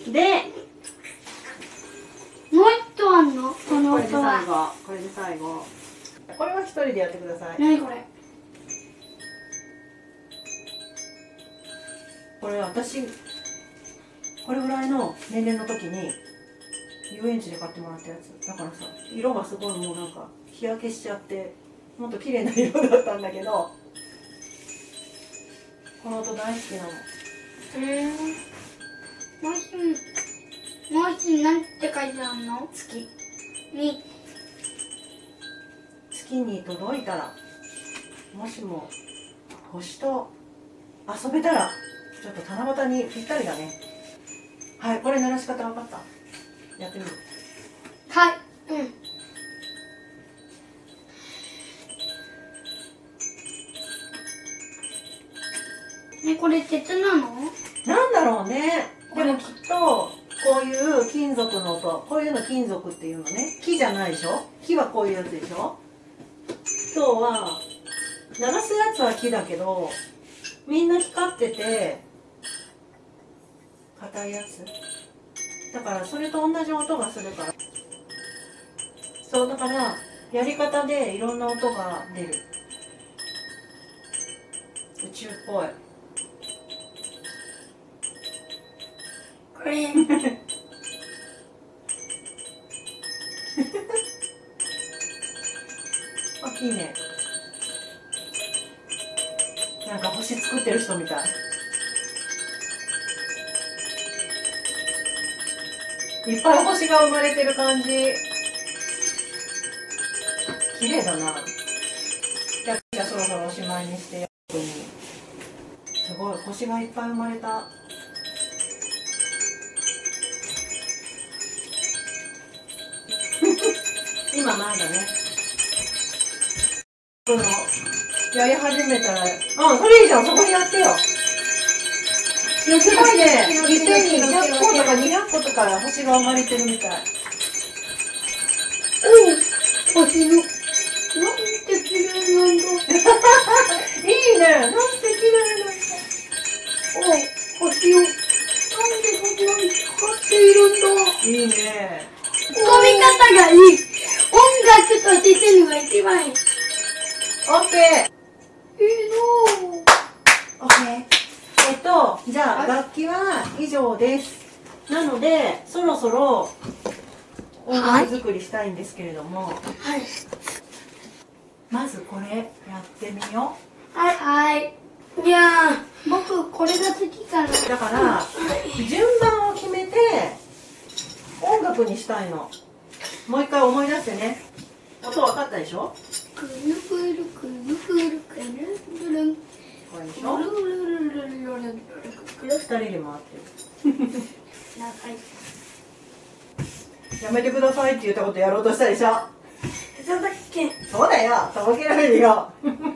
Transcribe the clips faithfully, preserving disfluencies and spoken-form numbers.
でもう一個あんのこのこれで音は。 最後これで最後これは一人でやってください。 何これ。 これ私これぐらいの年齢の時に遊園地で買ってもらったやつだからさ、色がすごいもうなんか日焼けしちゃってもっと綺麗な色だったんだけど、この音大好きなの。 へえ。もう一つもう一つなんて書いてあるの？ 月に。 月に届いたら、もしも星と遊べたらちょっと七夕にぴったりだね。はい、これ鳴らし方分かった？やってみる。 はい。うん。ね、これ鉄なの？ なんだろうね。でもきっとこういう金属の音、こういうの金属っていうのね。木じゃないでしょ。木はこういうやつでしょ。今日は鳴らすやつは木だけど、みんな光ってて硬いやつだからそれと同じ音がするから、そうだからやり方でいろんな音が出る。宇宙っぽい。 これ。 あ、いいね。なんか星作ってる人みたい。いっぱい星が生まれてる感じ。綺麗だな。じゃあ、じゃあそろそろおしまいにしてよ。すごい、星がいっぱい生まれた。今まだね。そのやり始めたら、あ、それいいじゃん、そこにやってよ。すごいね、いっせんにひゃっことかにひゃっことか星が生まれてるみたい。 おお、星の。なんて綺麗なんだ。 いいね、なんて綺麗なんだ。 お、星を。なんでこんなに光っているんだ。 いいね。 込み方がいい。音楽としてるのが一番いい。 オッケー。 いいの。 オッケー。えっと、じゃあ楽器は以上です。なので、そろそろ音楽作りしたいんですけれども、 はい。 まずこれやってみよはい。はい。いやー、僕これが好きかな。 う。だから、順番を決めて音楽にしたいの。もう一回思い出してね。音分かったでしょ？ くるくるくるくるくるくるこれでしょ？二人で回ってる。やめてくださいって言ったことやろうとしたでしょ？ そうだっけ？ そうだよ、とぼけられるよ。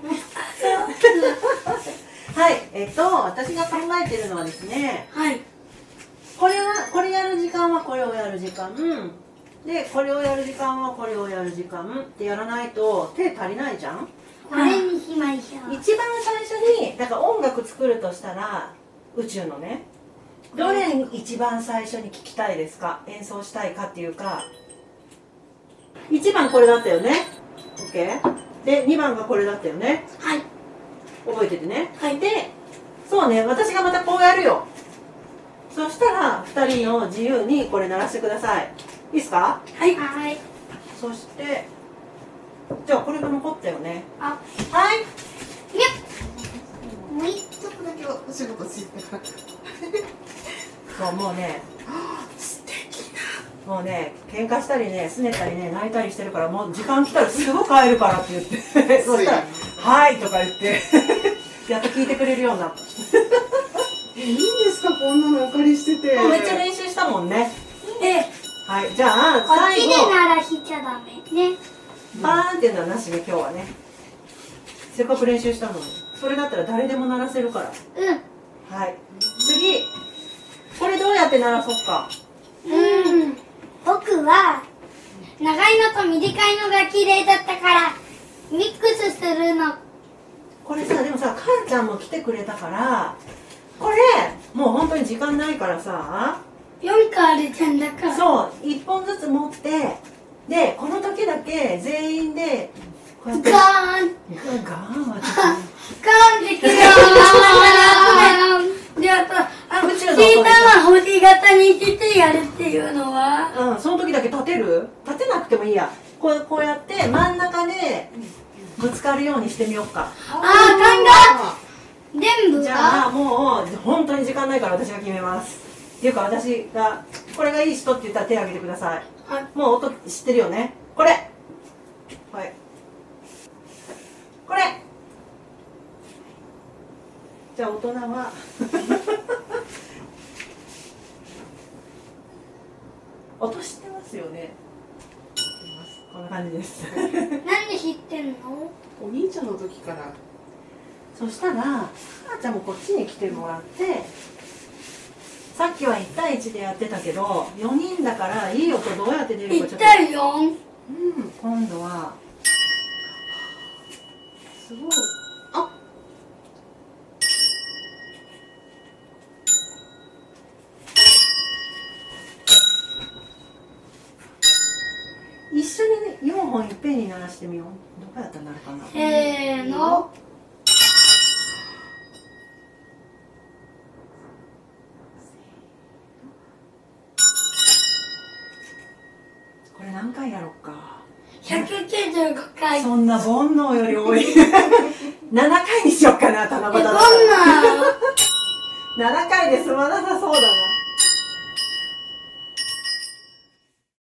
はい、えっと、私が考えてるのはですね、 はい。 これは、これやる時間はこれをやる時間。で、これをやる時間はこれをやる時間ってやらないと手足りないじゃん。 これにしましょう。 一番最初に、だから音楽作るとしたら、宇宙のね、どれに一番最初に聴きたいですか？演奏したいかっていうか、いちばんこれだったよね。OK？ で、にばんがこれだったよね。 はい。 覚えててね。 はい。 で、そうね、私がまたこうやるよ。そしたら、ふたりの自由にこれ鳴らしてください。いいですか？ はい。はい。 そして、じゃあこれが残ったよね。 あ、 はい。 にゃっ。 もう一曲だけお仕事してたから。 そう、もうね、 素敵もうね、喧嘩したりね、すねたりね、泣いたりしてるから、もう時間来たらすぐ帰るからって言って、そしたら、はいとか言って、やっと聞いてくれるようになった。 いいんですか、こんなのお借りしてて。 めっちゃ練習したもんね。 で、 はい、じゃあ、 こっちで最後、 鳴らしちゃダメね。 バーンっていうのはなしで今日はね。せっかく練習したのに。それだったら誰でも鳴らせるから。 うん。 はい。次、これどうやって鳴らそうか。 うん。僕は長いのと短いのが綺麗だったからミックスするの。 これさ、でもさ、かんちゃんも来てくれたから、これもう本当に時間ないからさ、 よんかいあるじゃんだから。 そういっぽんずつ持ってでこの時だけ全員でこうやってガーンガーンはちょっガーンできるよー。で、あと、あの、 宇宙の小さな星型にしてやるっていうのは、 とうんその時だけ立てる立てなくてもいいやこうこうやって真ん中でぶつかるようにしてみようか。 あー、考え全部じゃはあもう本当に時間ないから私が決めますっていうか私がこれがいい人って言ったら手を挙げてください。 はいもう音知ってるよねこれはいこれじゃあ大人は音知ってますよねこんな感じですなんで知ってんの？ お兄ちゃんの時からそしたらはーちゃんもこっちに来てもらってさっきはいちたいいちでやってたけどよにんだからいい音どうやって出るかちょっといちたいよん。 うん今度はすごいあ一緒にねよんほんいっぺんに鳴らしてみようどこやったらなるかなせーの。 これ何回やろうかひゃくきゅうじゅうごかい。え、どそんな煩悩より多いななかいにしよっかな七夕んだなななかいで済まなさそうだな